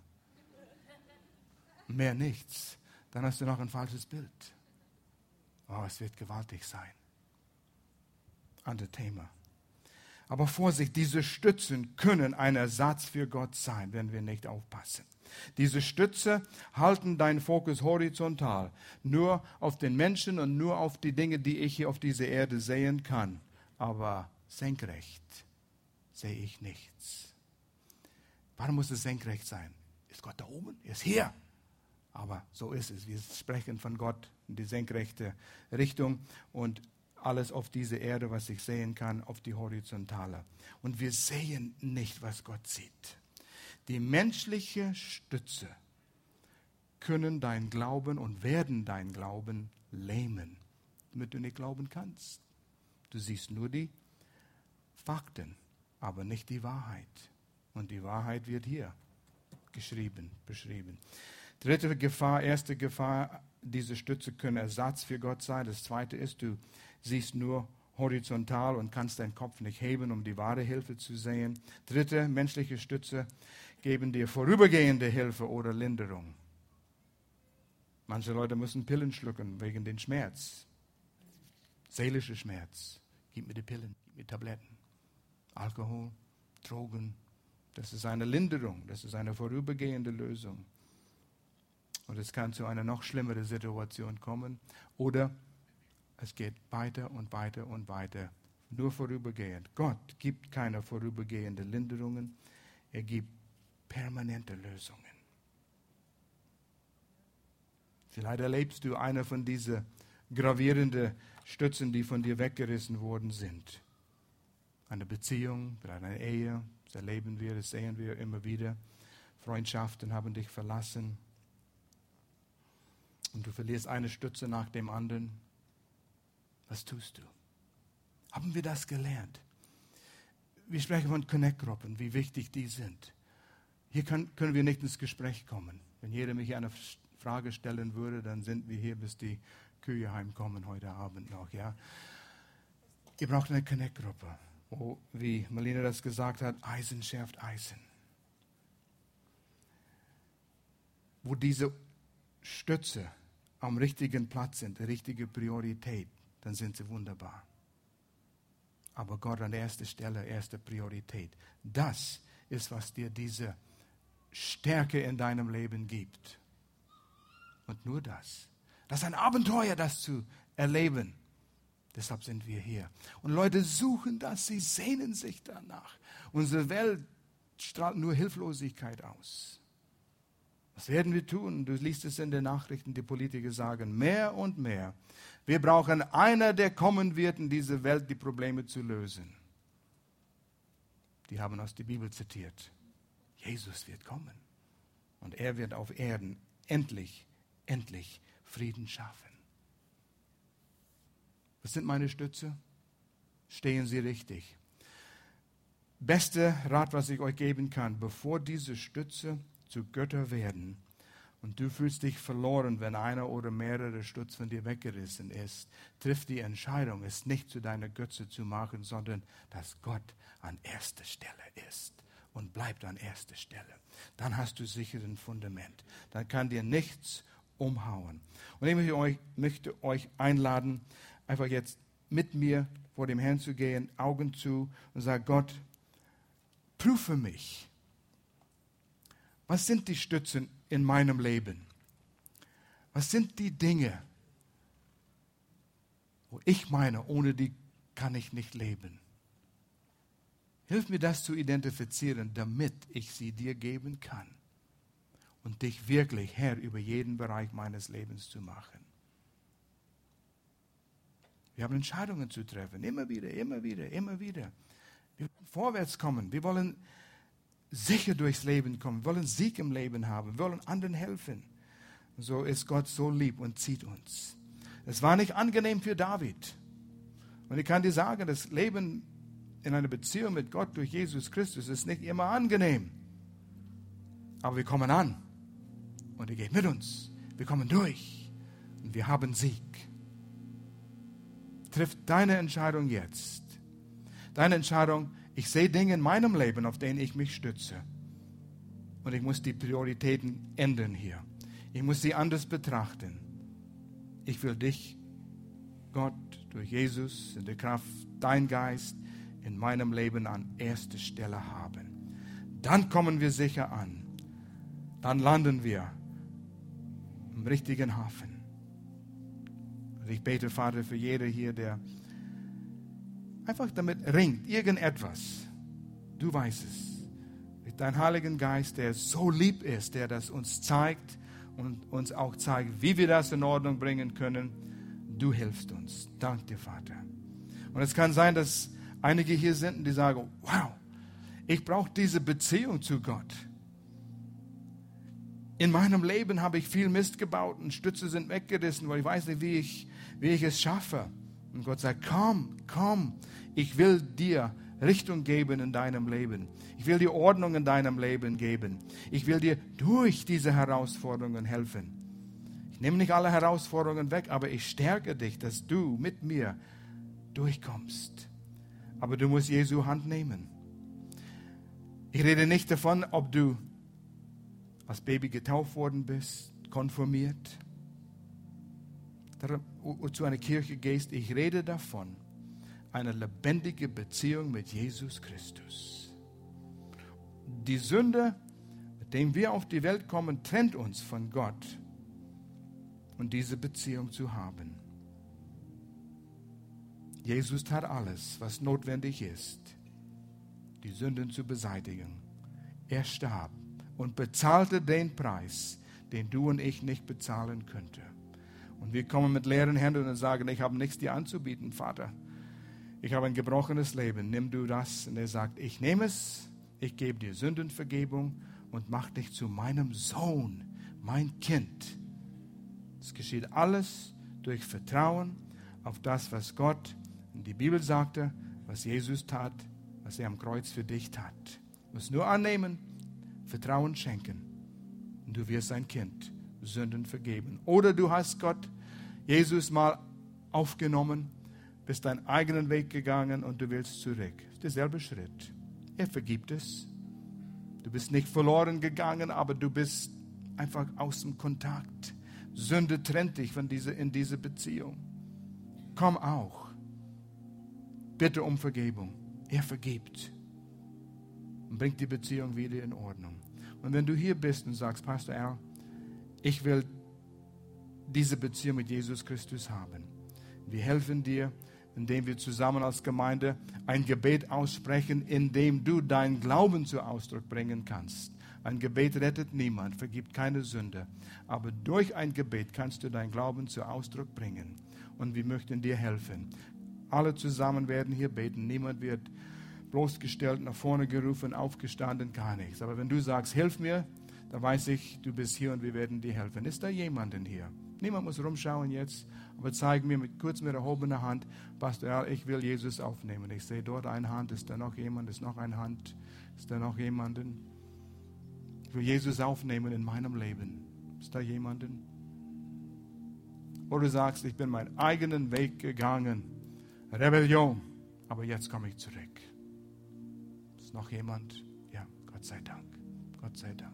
A: Mehr nichts. Dann hast du noch ein falsches Bild. Oh, es wird gewaltig sein. Anderes Thema. Aber Vorsicht, diese Stützen können ein Ersatz für Gott sein, wenn wir nicht aufpassen. Diese Stütze halten deinen Fokus horizontal, nur auf den Menschen und nur auf die Dinge, die ich hier auf dieser Erde sehen kann. Aber senkrecht sehe ich nichts. Warum muss es senkrecht sein? Ist Gott da oben? Er ist hier. Aber so ist es. Wir sprechen von Gott in die senkrechte Richtung und alles auf diese Erde, was ich sehen kann, auf die horizontale. Und wir sehen nicht, was Gott sieht. Die menschliche Stütze können dein Glauben und werden dein Glauben lähmen, damit du nicht glauben kannst. Du siehst nur die Fakten, aber nicht die Wahrheit. Und die Wahrheit wird hier geschrieben, beschrieben. Dritte Gefahr, erste Gefahr, diese Stütze können Ersatz für Gott sein. Das zweite ist, du siehst nur horizontal und kannst deinen Kopf nicht heben, um die wahre Hilfe zu sehen. Dritte, menschliche Stütze geben dir vorübergehende Hilfe oder Linderung. Manche Leute müssen Pillen schlucken wegen dem Schmerz. Seelischer Schmerz. Gib mir die Pillen, gib mir Tabletten. Alkohol, Drogen. Das ist eine Linderung, das ist eine vorübergehende Lösung. Und es kann zu einer noch schlimmeren Situation kommen. Oder es geht weiter und weiter und weiter. Nur vorübergehend. Gott gibt keine vorübergehenden Linderungen. Er gibt permanente Lösungen. Vielleicht erlebst du eine von diesen gravierenden Stützen, die von dir weggerissen worden sind. Eine Beziehung, vielleicht eine Ehe, das erleben wir, das sehen wir immer wieder. Freundschaften haben dich verlassen. Und du verlierst eine Stütze nach dem anderen. Was tust du? Haben wir das gelernt? Wir sprechen von Connect-Gruppen, wie wichtig die sind. Hier kann, können wir nicht ins Gespräch kommen. Wenn jeder mich eine Frage stellen würde, dann sind wir hier, bis die Kühe heimkommen heute Abend noch. Ja? Ihr braucht eine Connect-Gruppe, wo, wie Marlene das gesagt hat, Eisen schärft Eisen. Wo diese Stütze am richtigen Platz sind, die richtige Priorität, dann sind sie wunderbar. Aber Gott an erster Stelle, erste Priorität. Das ist, was dir diese Stärke in deinem Leben gibt. Und nur das. Das ist ein Abenteuer, das zu erleben. Deshalb sind wir hier. Und Leute suchen das, sie sehnen sich danach. Unsere Welt strahlt nur Hilflosigkeit aus. Was werden wir tun? Du liest es in den Nachrichten, die Politiker sagen mehr und mehr. Wir brauchen einer, der kommen wird, in diese Welt die Probleme zu lösen. Die haben aus der Bibel zitiert. Jesus wird kommen. Und er wird auf Erden endlich, endlich Frieden schaffen. Was sind meine Stütze? Stehen Sie richtig. Beste Rat, was ich euch geben kann, bevor diese Stütze zu Götter werden und du fühlst dich verloren, wenn einer oder mehrere Stütze von dir weggerissen ist, triff die Entscheidung, es nicht zu deiner Götze zu machen, sondern dass Gott an erster Stelle ist und bleibt an erster Stelle. Dann hast du sicher ein Fundament. Dann kann dir nichts umhauen. Und ich möchte euch, möchte euch einladen, einfach jetzt mit mir vor dem Herrn zu gehen, Augen zu und sagen, Gott, prüfe mich. Was sind die Stützen in meinem Leben? Was sind die Dinge, wo ich meine, ohne die kann ich nicht leben? Hilf mir das zu identifizieren, damit ich sie dir geben kann und dich wirklich Herr über jeden Bereich meines Lebens zu machen. Wir haben Entscheidungen zu treffen, immer wieder, immer wieder, immer wieder. Wir wollen vorwärts kommen, wir wollen sicher durchs Leben kommen, wir wollen Sieg im Leben haben, wir wollen anderen helfen. So ist Gott so lieb und zieht uns. Es war nicht angenehm für David. Und ich kann dir sagen, das Leben in einer Beziehung mit Gott durch Jesus Christus ist nicht immer angenehm. Aber wir kommen an und er geht mit uns. Wir kommen durch und wir haben Sieg. Triff deine Entscheidung jetzt. Deine Entscheidung, ich sehe Dinge in meinem Leben, auf denen ich mich stütze. Und ich muss die Prioritäten ändern hier. Ich muss sie anders betrachten. Ich will dich, Gott, durch Jesus, in der Kraft, dein Geist, in meinem Leben an erster Stelle haben. Dann kommen wir sicher an. Dann landen wir im richtigen Hafen. Und ich bete, Vater, für jeder hier, der einfach damit ringt, irgendetwas. Du weißt es. Mit deinem Heiligen Geist, der so lieb ist, der das uns zeigt und uns auch zeigt, wie wir das in Ordnung bringen können. Du hilfst uns. Dank dir, Vater. Und es kann sein, dass einige hier sind, die sagen, wow, ich brauche diese Beziehung zu Gott. In meinem Leben habe ich viel Mist gebaut und Stütze sind weggerissen, weil ich weiß nicht, wie ich, wie ich es schaffe. Und Gott sagt, komm, komm, ich will dir Richtung geben in deinem Leben. Ich will dir Ordnung in deinem Leben geben. Ich will dir durch diese Herausforderungen helfen. Ich nehme nicht alle Herausforderungen weg, aber ich stärke dich, dass du mit mir durchkommst. Aber du musst Jesu Hand nehmen. Ich rede nicht davon, ob du als Baby getauft worden bist, konformiert, zu einer Kirche gehst. Ich rede davon, eine lebendige Beziehung mit Jesus Christus. Die Sünde, mit der wir auf die Welt kommen, trennt uns von Gott und diese Beziehung zu haben. Jesus tat alles, was notwendig ist, die Sünden zu beseitigen. Er starb und bezahlte den Preis, den du und ich nicht bezahlen könnten. Und wir kommen mit leeren Händen und sagen, ich habe nichts dir anzubieten, Vater. Ich habe ein gebrochenes Leben, nimm du das. Und er sagt, ich nehme es, ich gebe dir Sündenvergebung und mach dich zu meinem Sohn, mein Kind. Es geschieht alles durch Vertrauen auf das, was Gott in die Bibel sagte, was Jesus tat, was er am Kreuz für dich tat. Du musst nur annehmen, Vertrauen schenken und du wirst ein Kind, Sünden vergeben. Oder du hast Gott, Jesus mal aufgenommen, bist deinen eigenen Weg gegangen und du willst zurück. Das ist derselbe Schritt. Er vergibt es. Du bist nicht verloren gegangen, aber du bist einfach aus dem Kontakt. Sünde trennt dich von dieser, in diese Beziehung. Komm auch. Bitte um Vergebung. Er vergibt. Und bringt die Beziehung wieder in Ordnung. Und wenn du hier bist und sagst, Pastor Al, ich will diese Beziehung mit Jesus Christus haben. Wir helfen dir, indem wir zusammen als Gemeinde ein Gebet aussprechen, in dem du deinen Glauben zu Ausdruck bringen kannst. Ein Gebet rettet niemand, vergibt keine Sünde. Aber durch ein Gebet kannst du deinen Glauben zu Ausdruck bringen. Und wir möchten dir helfen. Alle zusammen werden hier beten. Niemand wird bloßgestellt, nach vorne gerufen, aufgestanden, gar nichts. Aber wenn du sagst, hilf mir, dann weiß ich, du bist hier und wir werden dir helfen. Ist da jemanden hier? Niemand muss rumschauen jetzt, aber zeig mir mit, kurz mit erhobener Hand, Pastor Al, ich will Jesus aufnehmen. Ich sehe dort eine Hand, ist da noch jemand, ist noch eine Hand, ist da noch jemanden? Ich will Jesus aufnehmen in meinem Leben. Ist da jemanden? Oder du sagst, ich bin meinen eigenen Weg gegangen. Rebellion. Aber jetzt komme ich zurück. Ist noch jemand? Ja, Gott sei Dank. Gott sei Dank.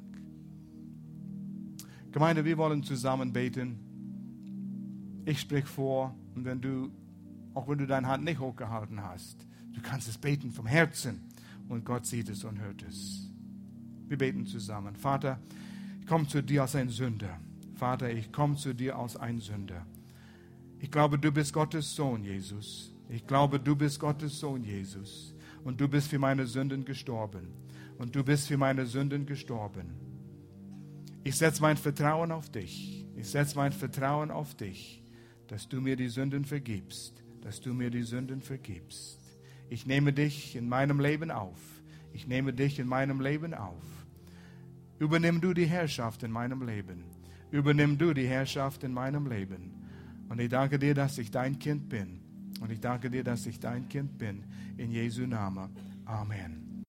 A: Gemeinde, wir wollen zusammen beten. Ich spreche vor und wenn du, auch wenn du deine Hand nicht hochgehalten hast, du kannst es beten vom Herzen und Gott sieht es und hört es. Wir beten zusammen. Vater, ich komme zu dir als ein Sünder. Vater, ich komme zu dir als ein Sünder. Ich glaube, du bist Gottes Sohn, Jesus. Ich glaube, du bist Gottes Sohn, Jesus. Und du bist für meine Sünden gestorben. Und du bist für meine Sünden gestorben. Ich setze mein Vertrauen auf dich. Ich setze mein Vertrauen auf dich, dass du mir die Sünden vergibst. Dass du mir die Sünden vergibst. Ich nehme dich in meinem Leben auf. Ich nehme dich in meinem Leben auf. Übernimm du die Herrschaft in meinem Leben. Übernimm du die Herrschaft in meinem Leben. Und ich danke dir, dass ich dein Kind bin. Und ich danke dir, dass ich dein Kind bin. In Jesu Namen. Amen.